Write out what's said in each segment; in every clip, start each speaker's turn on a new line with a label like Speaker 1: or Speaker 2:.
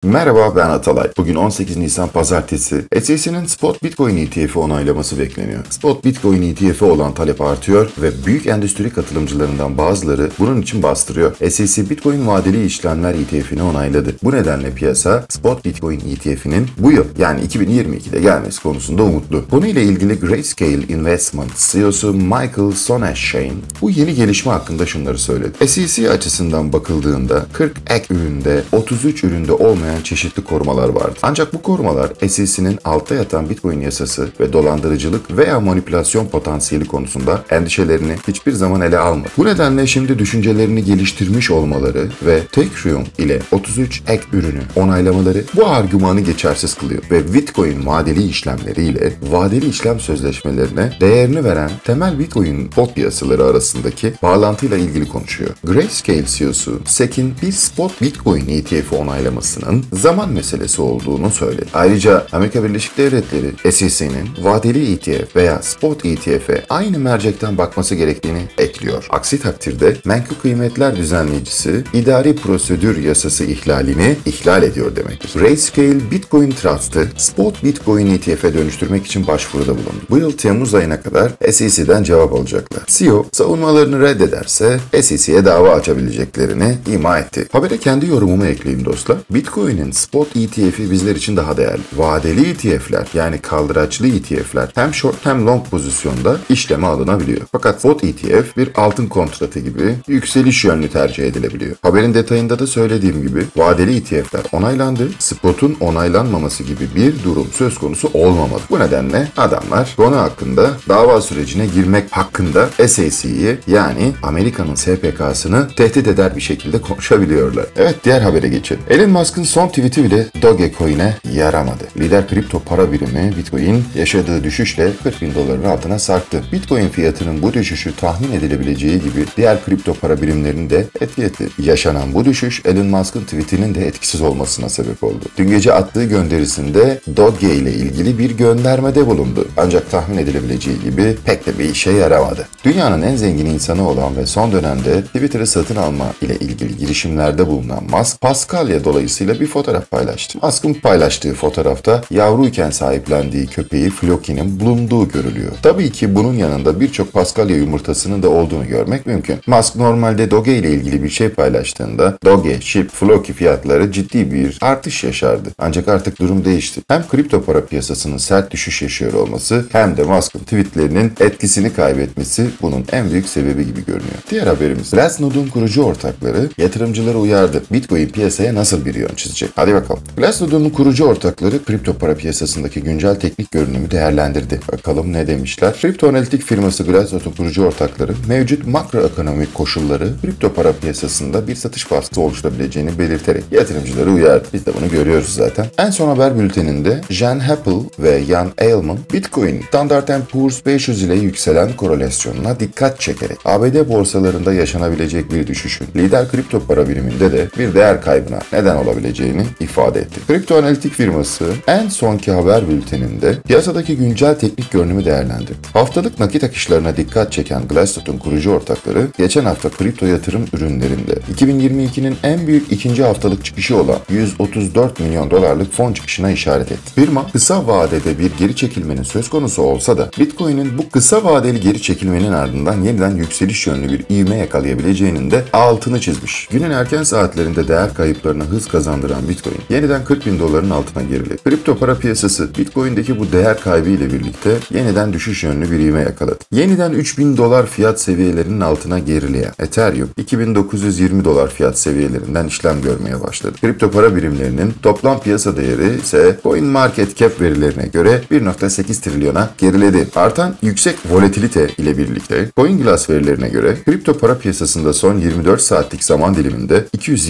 Speaker 1: Merhaba, ben Atalay. Bugün 18 Nisan Pazartesi. SEC'nin Spot Bitcoin ETF'i onaylaması bekleniyor. Spot Bitcoin ETF'i olan talep artıyor ve büyük endüstri katılımcılarından bazıları bunun için bastırıyor. SEC Bitcoin vadeli işlemler ETF'ini onayladı. Bu nedenle piyasa Spot Bitcoin ETF'inin bu yıl yani 2022'de gelmesi konusunda umutlu. Konuyla ilgili Grayscale Investment CEO'su Michael Sonenshein bu yeni gelişme hakkında şunları söyledi. SEC açısından bakıldığında 40 ek üründe 33 üründe olmayan çeşitli korumalar vardı. Ancak bu korumalar SEC'nin altta yatan Bitcoin yasası ve dolandırıcılık veya manipülasyon potansiyeli konusunda endişelerini hiçbir zaman ele almadı. Bu nedenle şimdi düşüncelerini geliştirmiş olmaları ve Ethereum ile 33 ek ürünü onaylamaları bu argümanı geçersiz kılıyor ve Bitcoin vadeli işlemleriyle vadeli işlem sözleşmelerine değerini veren temel Bitcoin spot piyasaları arasındaki bağlantıyla ilgili konuşuyor. Grayscale CEO'su SEC'in bir spot Bitcoin ETF'i onaylamasının zaman meselesi olduğunu söyledi. Ayrıca Amerika Birleşik Devletleri SEC'nin vadeli ETF veya spot ETF'e aynı mercekten bakması gerektiğini ekliyor. Aksi takdirde menkul kıymetler düzenleyicisi idari prosedür yasası ihlalini ihlal ediyor demektir. Grayscale Bitcoin Trust'ı spot Bitcoin ETF'e dönüştürmek için başvuruda bulundu. Bu yıl Temmuz ayına kadar SEC'den cevap alacaklar. CEO savunmalarını reddederse SEC'ye dava açabileceklerini ima etti. Habere kendi yorumumu ekleyeyim dostlar. Bitcoin'in spot ETF'i bizler için daha değerli. Vadeli ETF'ler yani kaldıraçlı ETF'ler hem short hem long pozisyonda işleme alınabiliyor. Fakat spot ETF bir altın kontratı gibi yükseliş yönlü tercih edilebiliyor. Haberin detayında da söylediğim gibi vadeli ETF'ler onaylandı. Spot'un onaylanmaması gibi bir durum söz konusu olmamalı. Bu nedenle adamlar konu hakkında dava sürecine girmek hakkında SEC'yi yani Amerika'nın SPK'sını tehdit eder bir şekilde konuşabiliyorlar. Evet, diğer habere geçelim. Elon Musk'ın son tweet'i bile Dogecoin'e yaramadı. Lider kripto para birimi Bitcoin yaşadığı düşüşle 40 bin doların altına sarktı. Bitcoin fiyatının bu düşüşü tahmin edilebileceği gibi diğer kripto para birimlerini de etkiledi. Yaşanan bu düşüş Elon Musk'ın tweet'inin de etkisiz olmasına sebep oldu. Dün gece attığı gönderisinde Doge ile ilgili bir göndermede bulundu. Ancak tahmin edilebileceği gibi pek de bir işe yaramadı. Dünyanın en zengin insanı olan ve son dönemde Twitter'ı satın alma ile ilgili girişimlerde bulunan Musk, Paskalya dolayısıyla bir fotoğraf paylaştı. Musk'ın paylaştığı fotoğrafta yavruyken sahiplendiği köpeği Floki'nin bulunduğu görülüyor. Tabii ki bunun yanında birçok Paskalya yumurtasının da olduğunu görmek mümkün. Musk normalde Doge ile ilgili bir şey paylaştığında Doge, Shib, Floki fiyatları ciddi bir artış yaşardı. Ancak artık durum değişti. Hem kripto para piyasasının sert düşüş yaşıyor olması hem de Musk'ın tweetlerinin etkisini kaybetmesi bunun en büyük sebebi gibi görünüyor. Diğer haberimiz, Glassnode'un kurucu ortakları yatırımcıları uyardı. Bitcoin piyasaya nasıl bir yön çizecek? Hadi bakalım. Glassnode'un kurucu ortakları kripto para piyasasındaki güncel teknik görünümü değerlendirdi. Bakalım ne demişler? Kripto analitik firması Glassnode'un kurucu ortakları mevcut makroekonomik koşulları kripto para piyasasında bir satış baskısı oluşturabileceğini belirterek yatırımcıları uyardı. Biz de bunu görüyoruz zaten. En son haber bülteninde Jan Happel ve Jan Eilman Bitcoin Standard & Poor's 500 ile yükselen korelasyonuna dikkat çekerek ABD borsalarında yaşanabilecek bir düşüşün lider kripto para biriminde de bir değer kaybına neden olabileceğini ifade etti. Kripto analitik firması en sonki haber bülteninde piyasadaki güncel teknik görünümü değerlendirdi. Haftalık nakit akışlarına dikkat çeken Glassnode'un kurucu ortakları geçen hafta kripto yatırım ürünlerinde 2022'nin en büyük ikinci haftalık çıkışı olan 134 milyon dolarlık fon çıkışına işaret etti. Firma kısa vadede bir geri çekilmenin söz konusu olsa da Bitcoin'in bu kısa vadeli geri çekilmenin ardından yeniden yükseliş yönlü bir ivme yakalayabileceğinin de altını çizmiş. Günün erken saatlerinde değer kayıplarına hız kazandıran Bitcoin yeniden 40 bin doların altına geriledi. Kripto para piyasası Bitcoin'deki bu değer kaybı ile birlikte yeniden düşüş yönlü bir ivme yakaladı. Yeniden 3000 dolar fiyat seviyelerinin altına gerileyen Ethereum 2920 dolar fiyat seviyelerinden işlem görmeye başladı. Kripto para birimlerinin toplam piyasa değeri ise CoinMarketCap verilerine göre 1.8 trilyona geriledi. Artan yüksek volatilite ile birlikte CoinGlass verilerine göre kripto para piyasasında son 24 saatlik zaman diliminde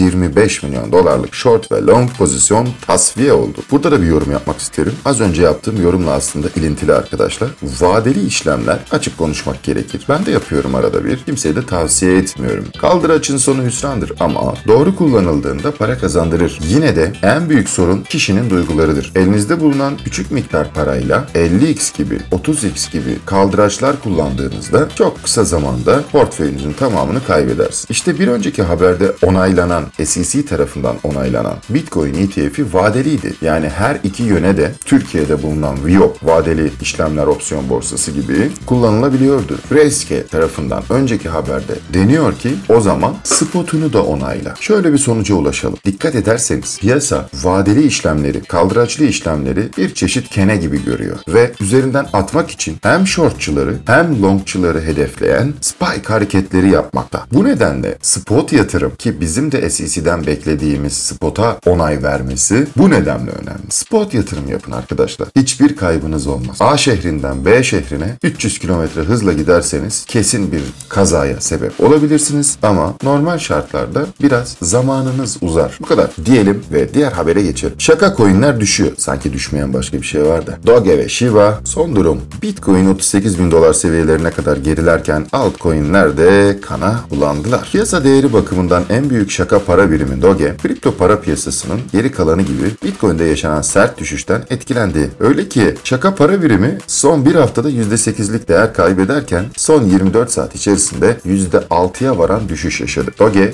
Speaker 1: 225 milyon dolarlık short ve long pozisyon tasfiye oldu. Burada da bir yorum yapmak isterim. Az önce yaptığım yorumla aslında ilintili arkadaşlar. Vadeli işlemler açık konuşmak gerekir. Ben de yapıyorum arada bir. Kimseye de tavsiye etmiyorum. Kaldıraçın sonu hüsrandır ama doğru kullanıldığında para kazandırır. Yine de en büyük sorun kişinin duygularıdır. Elinizde bulunan küçük miktar parayla 50x gibi, 30x gibi kaldıraçlar kullandığınızda çok kısa zamanda portföyünüzün tamamını kaybedersiniz. İşte bir önceki haberde onaylanan, SEC tarafından onaylanan Bitcoin ETF'i vadeliydi. Yani her iki yöne de Türkiye'de bulunan VIOP, vadeli işlemler opsiyon borsası gibi kullanılabiliyordu. Grayscale tarafından önceki haberde deniyor ki o zaman spotunu da onayla. Şöyle bir sonuca ulaşalım. Dikkat ederseniz piyasa vadeli işlemleri, kaldıraçlı işlemleri bir çeşit kene gibi görüyor ve üzerinden atmak için hem shortçuları hem longçuları hedefleyen spike hareketleri yapmakta. Bu nedenle spot yatırım, ki bizim de SEC'den beklediğimiz spota onay vermesi bu nedenle önemli. Spot yatırım yapın arkadaşlar. Hiçbir kaybınız olmaz. A şehrinden B şehrine 300 km hızla giderseniz kesin bir kazaya sebep olabilirsiniz ama normal şartlarda biraz zamanınız uzar. Bu kadar diyelim ve diğer habere geçelim. Şaka coinler düşüyor. Sanki düşmeyen başka bir şey var da. Doge ve Shiba son durum. Bitcoin $38.000 seviyelerine kadar gerilerken altcoinler de kana bulandılar. Piyasa değeri bakımından en büyük şaka para birimi Doge, kripto para piyasasının geri kalanı gibi Bitcoin'de yaşanan sert düşüşten etkilendi. Öyle ki şaka para birimi son bir haftada %8'lik değer kaybederken son 24 saat içerisinde %6'ya varan düşüş yaşadı. Doge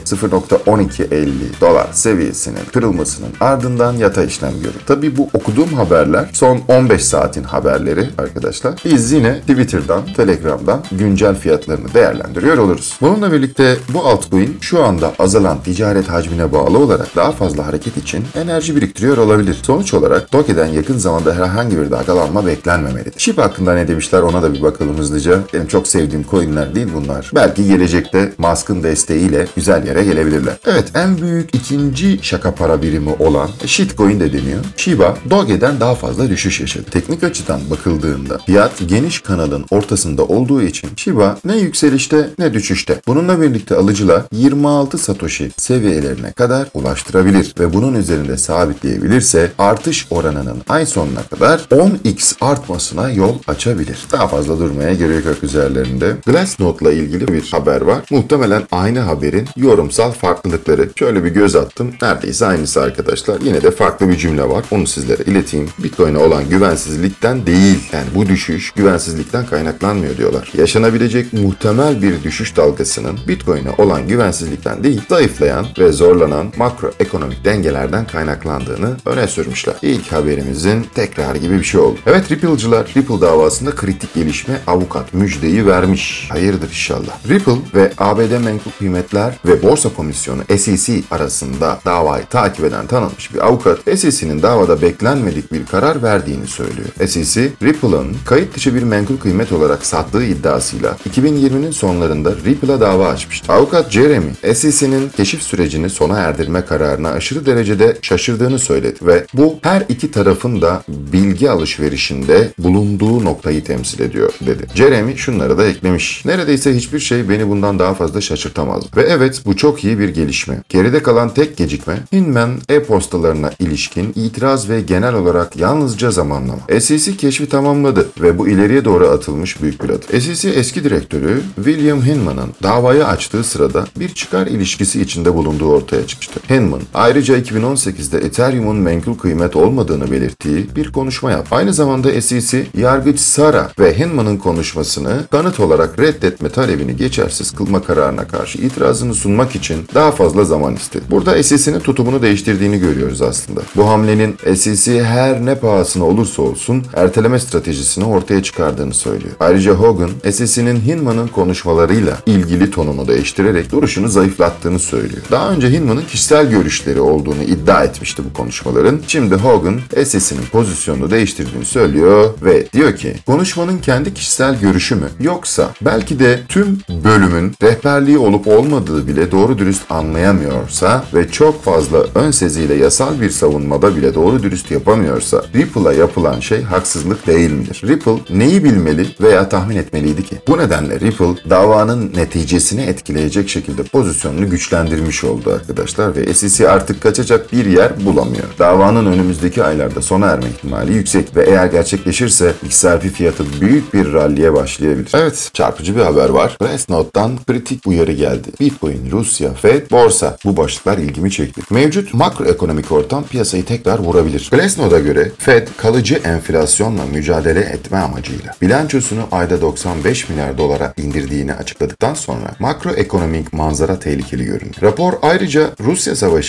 Speaker 1: $0.1250 seviyesinin kırılmasının ardından yatay işlem gördü. Tabii bu okuduğum haberler son 15 saatin haberleri arkadaşlar. Biz yine Twitter'dan, Telegram'dan güncel fiyatlarını değerlendiriyor oluruz. Bununla birlikte bu altcoin şu anda azalan ticaret hacmine bağlı olarak daha fazla hareket için enerji biriktiriyor olabilir. Sonuç olarak Doge'den yakın zamanda herhangi bir dalgalanma beklenmemelidir. Shiba hakkında ne demişler ona da bir bakalım hızlıca. Benim çok sevdiğim coinler değil bunlar. Belki gelecekte Musk'ın desteğiyle güzel yere gelebilirler. Evet, en büyük ikinci şaka para birimi olan shitcoin de deniyor. Shiba, Doge'den daha fazla düşüş yaşadı. Teknik açıdan bakıldığında fiyat geniş kanalın ortasında olduğu için Shiba ne yükselişte ne düşüşte. Bununla birlikte alıcılar 26 Satoshi seviyelerine kadar ulaştırabilir ve bunun üzerinde sabitleyebilirse artış oranının ay sonuna kadar 10x artmasına yol açabilir. Daha fazla durmaya gerek yok üzerlerinde. Glassnode'la ilgili bir haber var. Muhtemelen aynı haberin yorumsal farklılıkları. Şöyle bir göz attım. Neredeyse aynısı arkadaşlar. Yine de farklı bir cümle var. Onu sizlere ileteyim. Bitcoin'e olan güvensizlikten değil. Yani bu düşüş güvensizlikten kaynaklanmıyor diyorlar. Yaşanabilecek muhtemel bir düşüş dalgasının Bitcoin'e olan güvensizlikten değil, zayıflayan ve zorlanan makroekonomik dengelerden kaynaklandığını öne sürmüşler. İlk haberimizin tekrar gibi bir şey oldu. Evet, Ripple'cılar Ripple davasında kritik gelişme, avukat müjdeyi vermiş. Hayırdır inşallah. Ripple ve ABD Menkul Kıymetler ve Borsa Komisyonu SEC arasında davayı takip eden tanınmış bir avukat SEC'nin davada beklenmedik bir karar verdiğini söylüyor. SEC, Ripple'ın kayıt dışı bir menkul kıymet olarak sattığı iddiasıyla 2020'nin sonlarında Ripple'a dava açmıştı. Avukat Jeremy, SEC'nin keşif sürecini sona erdirme kararına aşırı derecede şaşırdığını söyledi ve bu her iki tarafın da bilgi alışverişinde bulunduğu noktayı temsil ediyor dedi. Jeremy şunları da eklemiş. Neredeyse hiçbir şey beni bundan daha fazla şaşırtamaz. Ve evet, bu çok iyi bir gelişme. Geride kalan tek gecikme Hinman e-postalarına ilişkin itiraz ve genel olarak yalnızca zamanlama. SEC keşfi tamamladı ve bu ileriye doğru atılmış büyük bir adım. SEC eski direktörü William Hinman'ın davayı açtığı sırada bir çıkar ilişkisi içinde bulunduğu ortaya çıkmıştı. Hinman ayrıca 2018'de Ethereum'un menkul kıymet olmadığını belirttiği bir konuşma yaptı. Aynı zamanda SEC, yargıç Sara ve Hinman'ın konuşmasını kanıt olarak reddetme talebini geçersiz kılma kararına karşı itirazını sunmak için daha fazla zaman istedi. Burada SEC'nin tutumunu değiştirdiğini görüyoruz aslında. Bu hamlenin SEC her ne pahasına olursa olsun erteleme stratejisini ortaya çıkardığını söylüyor. Ayrıca Hogan, SEC'nin Hinman'ın konuşmalarıyla ilgili tonunu değiştirerek duruşunu zayıflattığını söylüyor. Daha önce Hinman'ın kişisel görüşleri olduğunu iddia etmişti bu konuşmaların. Şimdi Hogan, SEC'nin pozisyonunu değiştirdiğini söylüyor ve diyor ki, konuşmanın kendi kişisel görüşü mü? Yoksa belki de tüm bölümün rehberliği olup olmadığı bile doğru dürüst anlayamıyorsa ve çok fazla ön seziyle yasal bir savunmada bile doğru dürüst yapamıyorsa Ripple'a yapılan şey haksızlık değil midir? Ripple neyi bilmeli veya tahmin etmeliydi ki? Bu nedenle Ripple davanın neticesini etkileyecek şekilde pozisyonunu güçlendirmiş oldu arkadaşlar ve SEC artık kaçacak bir yer bulamıyor. Davanın önümüzdeki aylarda sona erme ihtimali yüksek ve eğer gerçekleşirse XRP fiyatı büyük bir ralliye başlayabilir. Evet, çarpıcı bir haber var. Glassnode'dan kritik uyarı geldi. Bitcoin, Rusya, Fed, borsa. Bu başlıklar ilgimi çekti. Mevcut makroekonomik ortam piyasayı tekrar vurabilir. Glassnode'a göre Fed kalıcı enflasyonla mücadele etme amacıyla bilançosunu ayda 95 milyar dolara indirdiğini açıkladıktan sonra makroekonomik manzara tehlikeli görünüyor. Rapor ayrıca Rusya Savaşı'nın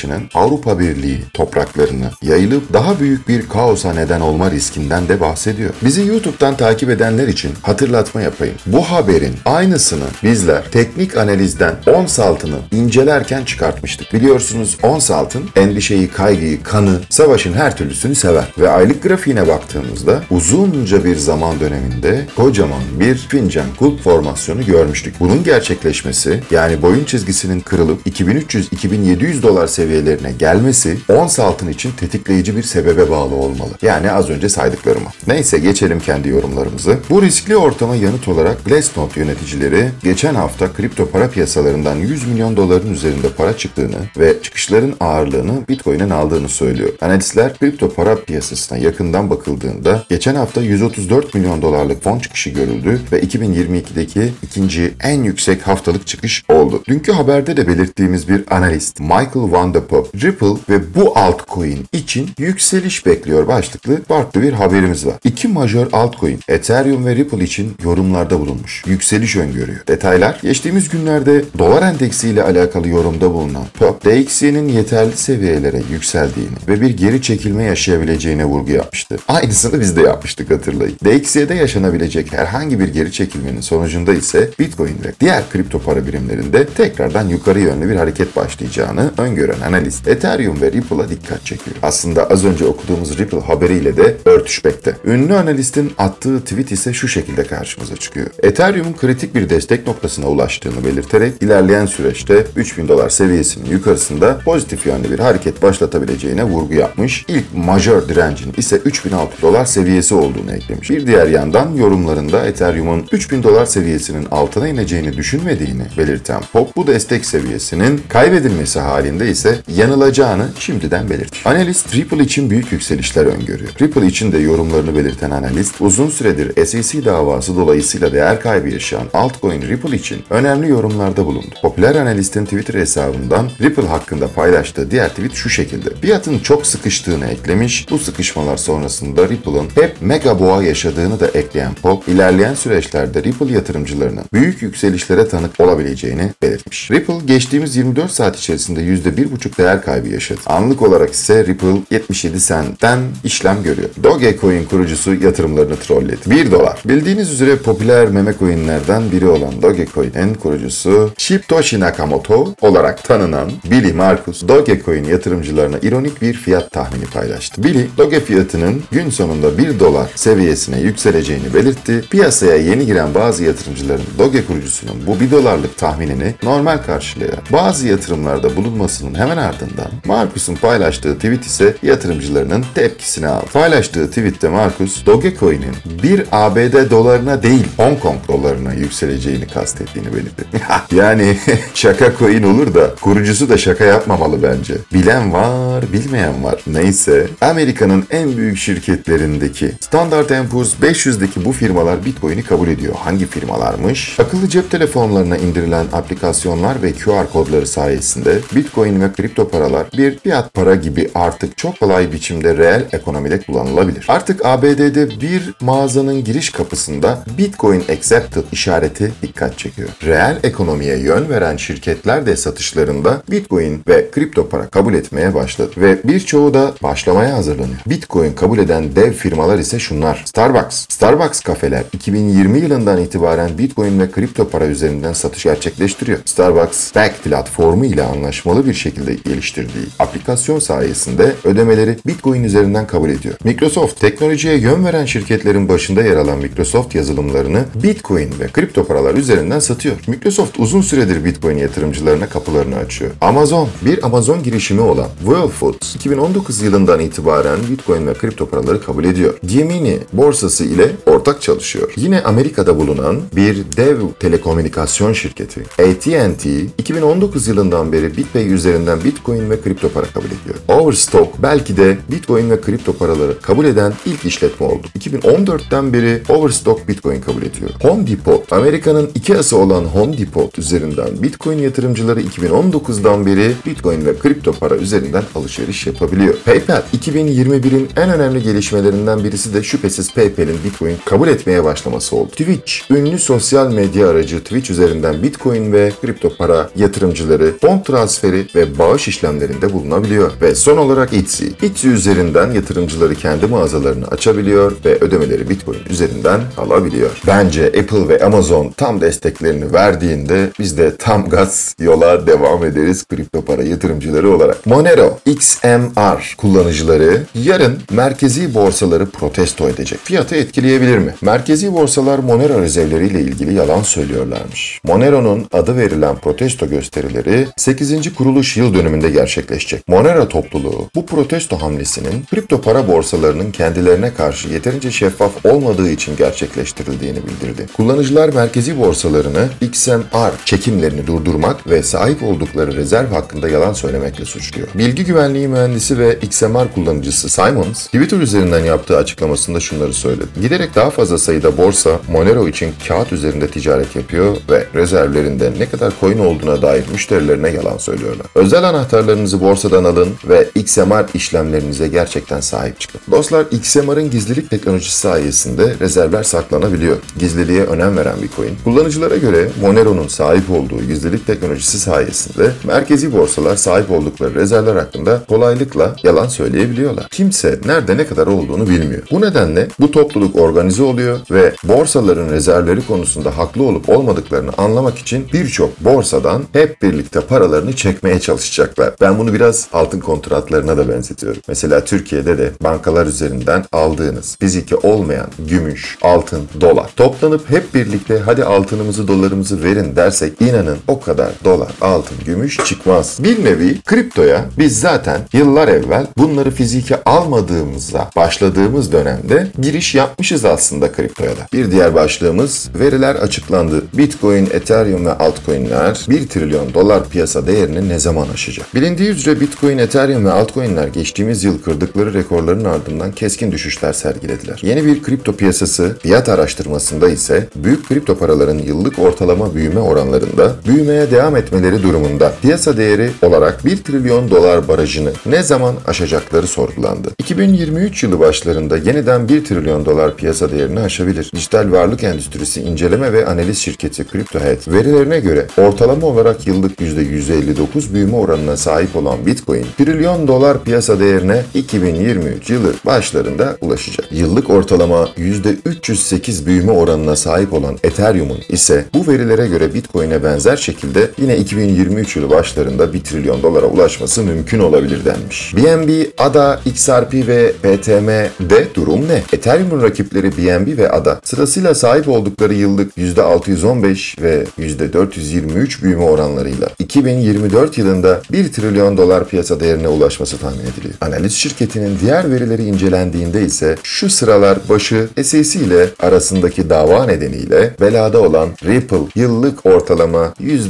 Speaker 1: Avrupa Birliği topraklarına yayılıp daha büyük bir kaosa neden olma riskinden de bahsediyor. Bizi YouTube'dan takip edenler için hatırlatma yapayım. Bu haberin aynısını bizler teknik analizden ons altını incelerken çıkartmıştık. Biliyorsunuz ons altın endişeyi, kaygıyı, kanı, savaşın her türlüsünü sever. Ve aylık grafiğine baktığımızda uzunca bir zaman döneminde kocaman bir fincan kulp formasyonu görmüştük. Bunun gerçekleşmesi, yani boyun çizgisinin kırılıp 2300-2700 dolar seviyelerine gelmesi ons altın için tetikleyici bir sebebe bağlı olmalı. Yani az önce saydıklarıma. Neyse, geçelim kendi yorumlarımızı. Bu riskli ortama yanıt olarak Glassnode yöneticileri geçen hafta kripto para piyasalarından 100 milyon doların üzerinde para çıktığını ve çıkışların ağırlığını Bitcoin'in aldığını söylüyor. Analistler kripto para piyasasına yakından bakıldığında geçen hafta 134 milyon dolarlık fon çıkışı görüldü ve 2022'deki ikinci en yüksek haftalık çıkış oldu. Dünkü haberde de belirttiğimiz bir analist Michael Van de Poppe, Ripple ve bu altcoin için yükseliş bekliyor başlıklı farklı bir haberimiz var. İki majör altcoin Ethereum ve Ripple için yorumlarda bulunmuş. Yükseliş öngörüyor. Detaylar geçtiğimiz günlerde dolar endeksiyle alakalı yorumda bulunan Poppe, DXY'nin yeterli seviyelere yükseldiğini ve bir geri çekilme yaşayabileceğine vurgu yapmıştı. Aynısını biz de yapmıştık, hatırlayın. DXY'de yaşanabilecek herhangi bir geri çekilmenin sonucunda ise Bitcoin ve diğer kripto para birimlerinde tekrardan yukarı yönlü bir hareket başlayacağını öngören analist Ethereum ve Ripple'a dikkat çekiyor. Aslında az önce okuduğumuz Ripple haberiyle de örtüşmekte. Ünlü analistin attığı tweet ise şu şekilde karşımıza çıkıyor. Ethereum'un kritik bir destek noktasına ulaştığını belirterek ilerleyen süreçte 3000 dolar seviyesinin yukarısında pozitif yönlü bir hareket başlatabileceğine vurgu yapmış. İlk majör direncin ise 3006 dolar seviyesi olduğunu eklemiş. Bir diğer yandan yorumlarında Ethereum'un 3000 dolar seviyesinin altına ineceğini düşünmediğini belirten Pop, bu destek seviyesinin kaybedilmesi halinde ise yanılacağını şimdiden belirtmiş. Analist Ripple için büyük yükselişler öngörüyor. Ripple için de yorumlarını belirten analist, uzun süredir SEC davası dolayısıyla değer kaybı yaşayan altcoin Ripple için önemli yorumlarda bulundu. Popüler analistin Twitter hesabından Ripple hakkında paylaştığı diğer tweet şu şekilde. Fiyatın çok sıkıştığını eklemiş, bu sıkışmalar sonrasında Ripple'ın hep mega boğa yaşadığını da ekleyen Pop, ilerleyen süreçlerde Ripple yatırımcılarının büyük yükselişlere tanık olabileceğini belirtmiş. Ripple geçtiğimiz 24 saat içerisinde %1,5 değer kaybı yaşadı. Anlık olarak ise Ripple 77 centten işlem görüyor. Dogecoin kurucusu yatırımlarını trolledi. 1 dolar. Bildiğiniz üzere popüler meme coinlerden biri olan Dogecoin'in kurucusu Satoshi Nakamoto olarak tanınan Billy Markus, Dogecoin yatırımcılarına ironik bir fiyat tahmini paylaştı. Billy, Doge fiyatının gün sonunda 1 dolar seviyesine yükseleceğini belirtti. Piyasaya yeni giren bazı yatırımcıların Doge kurucusunun bu 1 dolarlık tahminini normal karşılayan bazı yatırımlarda bulunmasının hemen ardından Markus'un paylaştığı tweet ise yatırımcılarının tepkisini aldı. Paylaştığı tweette Markus, Dogecoin'in 1 ABD dolarına değil Hong Kong dolarına yükseleceğini kastettiğini belirtti. Yani şaka coin olur da kurucusu da şaka yapmamalı bence. Bilen var, bilmeyen var. Neyse, Amerika'nın en büyük şirketlerindeki Standard & Poor's 500'deki bu firmalar Bitcoin'i kabul ediyor. Hangi firmalarmış? Akıllı cep telefonlarına indirilen aplikasyonlar ve QR kodları sayesinde Bitcoin ve kripto paralar bir fiyat para gibi artık çok kolay biçimde reel ekonomide kullanılabilir. Artık ABD'de bir mağazanın giriş kapısında Bitcoin Accepted işareti dikkat çekiyor. Reel ekonomiye yön veren şirketler de satışlarında Bitcoin ve kripto para kabul etmeye başladı ve birçoğu da başlamaya hazırlanıyor. Bitcoin kabul eden dev firmalar ise şunlar: Starbucks. Starbucks kafeler 2020 yılından itibaren Bitcoin ve kripto para üzerinden satış gerçekleştiriyor. Starbucks, Back platformu ile anlaşmalı bir şekilde geliştirdiği aplikasyon sayesinde ödemeleri Bitcoin üzerinden kabul ediyor. Microsoft, teknolojiye yön veren şirketlerin başında yer alan Microsoft yazılımlarını Bitcoin ve kripto paralar üzerinden satıyor. Microsoft uzun süredir Bitcoin yatırımcılarına kapılarını açıyor. Amazon, bir Amazon girişimi olan Whole Foods, 2019 yılından itibaren Bitcoin ve kripto paraları kabul ediyor. Gemini borsası ile ortak çalışıyor. Yine Amerika'da bulunan bir dev telekomünikasyon şirketi AT&T, 2019 yılından beri BitPay üzerinden Bitcoin ve kripto para kabul ediyor. Overstock belki de Bitcoin ve kripto paraları kabul eden ilk işletme oldu. 2014'ten beri Overstock Bitcoin kabul ediyor. Home Depot, Amerika'nın Ikea'sı olan Home Depot üzerinden Bitcoin yatırımcıları 2019'dan beri Bitcoin ve kripto para üzerinden alışveriş yapabiliyor. PayPal, 2021'in en önemli gelişmelerinden birisi de şüphesiz PayPal'in Bitcoin kabul etmeye başlaması oldu. Twitch, ünlü sosyal medya aracı Twitch üzerinden Bitcoin ve kripto para yatırımcıları fon transferi ve bağış işlemleri işlemlerinde bulunabiliyor. Ve son olarak Etsy. Etsy üzerinden yatırımcıları kendi mağazalarını açabiliyor ve ödemeleri Bitcoin üzerinden alabiliyor. Bence Apple ve Amazon tam desteklerini verdiğinde biz de tam gaz yola devam ederiz kripto para yatırımcıları olarak. Monero XMR kullanıcıları yarın merkezi borsaları protesto edecek. Fiyatı etkileyebilir mi? Merkezi borsalar Monero rezervleriyle ilgili yalan söylüyorlarmış. Monero'nun adı verilen protesto gösterileri 8. kuruluş yıl dönümünde gerçekleşecek. Monero topluluğu bu protesto hamlesinin kripto para borsalarının kendilerine karşı yeterince şeffaf olmadığı için gerçekleştirildiğini bildirdi. Kullanıcılar merkezi borsalarını XMR çekimlerini durdurmak ve sahip oldukları rezerv hakkında yalan söylemekle suçluyor. Bilgi güvenliği mühendisi ve XMR kullanıcısı Simons, Twitter üzerinden yaptığı açıklamasında şunları söyledi. Giderek daha fazla sayıda borsa Monero için kağıt üzerinde ticaret yapıyor ve rezervlerinde ne kadar coin olduğuna dair müşterilerine yalan söylüyorlar. Özel anahtarlarınızı borsadan alın ve XMR işlemlerinize gerçekten sahip çıkın. Dostlar, XMR'ın gizlilik teknolojisi sayesinde rezervler saklanabiliyor. Gizliliğe önem veren Bitcoin, kullanıcılara göre Monero'nun sahip olduğu gizlilik teknolojisi sayesinde merkezi borsalar sahip oldukları rezervler hakkında kolaylıkla yalan söyleyebiliyorlar. Kimse nerede ne kadar olduğunu bilmiyor. Bu nedenle bu topluluk organize oluyor ve borsaların rezervleri konusunda haklı olup olmadıklarını anlamak için birçok borsadan hep birlikte paralarını çekmeye çalışacaklar. Ben bunu biraz altın kontratlarına da benzetiyorum. Mesela Türkiye'de de bankalar üzerinden aldığınız fiziki olmayan gümüş, altın, dolar toplanıp hep birlikte hadi altınımızı, dolarımızı verin dersek inanın o kadar dolar, altın, gümüş çıkmaz. Bir nevi kriptoya biz zaten yıllar evvel bunları fiziki almadığımızda başladığımız dönemde giriş yapmışız aslında kriptoya da. Bir diğer başlığımız veriler açıklandı. Bitcoin, Ethereum ve altcoin'ler 1 trilyon dolar piyasa değerini ne zaman aşacak? Bilindiği üzere Bitcoin, Ethereum ve altcoin'ler geçtiğimiz yıl kırdıkları rekorların ardından keskin düşüşler sergilediler. Yeni bir kripto piyasası fiyat araştırmasında ise büyük kripto paraların yıllık ortalama büyüme oranlarında büyümeye devam etmeleri durumunda piyasa değeri olarak 1 trilyon dolar barajını ne zaman aşacakları sorgulandı. 2023 yılı başlarında yeniden 1 trilyon dolar piyasa değerini aşabilir. Dijital varlık endüstrisi inceleme ve analiz şirketi CryptoHead verilerine göre ortalama olarak yıllık %159 büyüme oranına sahip olan Bitcoin, trilyon dolar piyasa değerine 2023 yılı başlarında ulaşacak. Yıllık ortalama %308 büyüme oranına sahip olan Ethereum'un ise bu verilere göre Bitcoin'e benzer şekilde yine 2023 yılı başlarında 1 trilyon dolara ulaşması mümkün olabilir denmiş. BNB, ADA, XRP ve BTM'de durum ne? Ethereum'un rakipleri BNB ve ADA sırasıyla sahip oldukları yıllık %615 ve %423 büyüme oranlarıyla 2024 yılında 1 trilyon dolar piyasa değerine ulaşması tahmin ediliyor. Analiz şirketinin diğer verileri incelendiğinde ise şu sıralar başı SEC ile arasındaki dava nedeniyle belada olan Ripple yıllık ortalama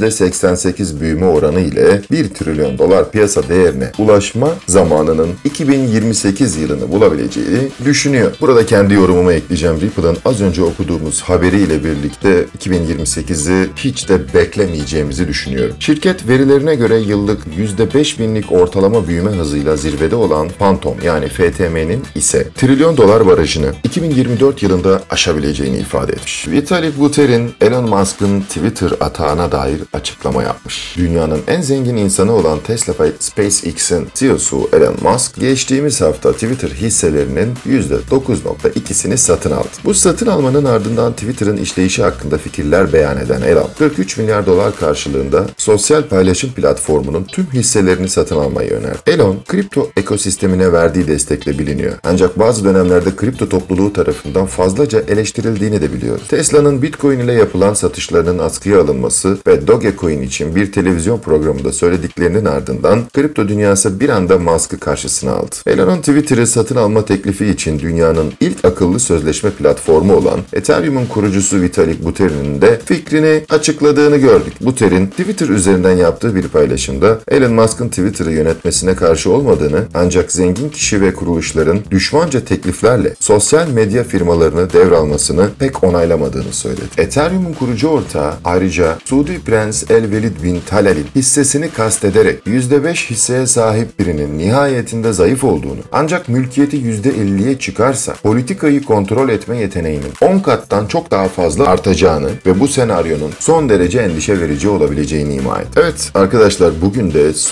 Speaker 1: %88 büyüme oranı ile 1 trilyon dolar piyasa değerine ulaşma zamanının 2028 yılını bulabileceğini düşünüyor. Burada kendi yorumumu ekleyeceğim. Ripple'ın az önce okuduğumuz haberiyle birlikte 2028'i hiç de beklemeyeceğimizi düşünüyorum. Şirket verilerine göre yıllık %5000'lik ortalama büyüme hızıyla zirvede olan Phantom yani FTM'nin ise trilyon dolar barajını 2024 yılında aşabileceğini ifade etmiş. Vitalik Buterin, Elon Musk'ın Twitter atağına dair açıklama yapmış. Dünyanın en zengin insanı olan Tesla ve SpaceX'in CEO'su Elon Musk geçtiğimiz hafta Twitter hisselerinin %9.2'sini satın aldı. Bu satın almanın ardından Twitter'ın işleyişi hakkında fikirler beyan eden Elon, 43 milyar dolar karşılığında sosyal paylaşım platformunun tüm hisselerini satın almayı önerdi. Elon, kripto ekosistemine verdiği destekle biliniyor. Ancak bazı dönemlerde kripto topluluğu tarafından fazlaca eleştirildiğini de biliyoruz. Tesla'nın Bitcoin ile yapılan satışlarının askıya alınması ve Dogecoin için bir televizyon programında söylediklerinin ardından kripto dünyası bir anda Musk'ı karşısına aldı. Elon'un Twitter'ı satın alma teklifi için dünyanın ilk akıllı sözleşme platformu olan Ethereum'un kurucusu Vitalik Buterin'in de fikrini açıkladığını gördük. Buterin Twitter üzerinden yaptığı bir paylaşımda Elon Musk'ın Twitter'ı yönetmesine karşı olmadığını ancak zengin kişi ve kuruluşların düşmanca tekliflerle sosyal medya firmalarını devralmasını pek onaylamadığını söyledi. Ethereum'un kurucu ortağı ayrıca Suudi Prens El-Velid bin Talal'in hissesini kastederek %5 hisseye sahip birinin nihayetinde zayıf olduğunu ancak mülkiyeti %50'ye çıkarsa politikayı kontrol etme yeteneğinin 10 kattan çok daha fazla artacağını ve bu senaryonun son derece endişe verici olabileceğini ima etti. Evet arkadaşlar, bugün de son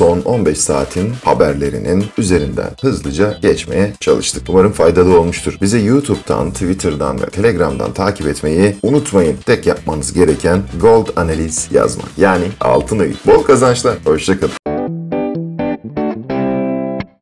Speaker 1: son 15 saatin haberlerinin üzerinden hızlıca geçmeye çalıştık. Umarım faydalı olmuştur. Bizi YouTube'dan, Twitter'dan ve Telegram'dan takip etmeyi unutmayın. Tek yapmanız gereken Gold Analiz yazmak. Yani altın ayı. Bol kazançlar. Hoşçakalın.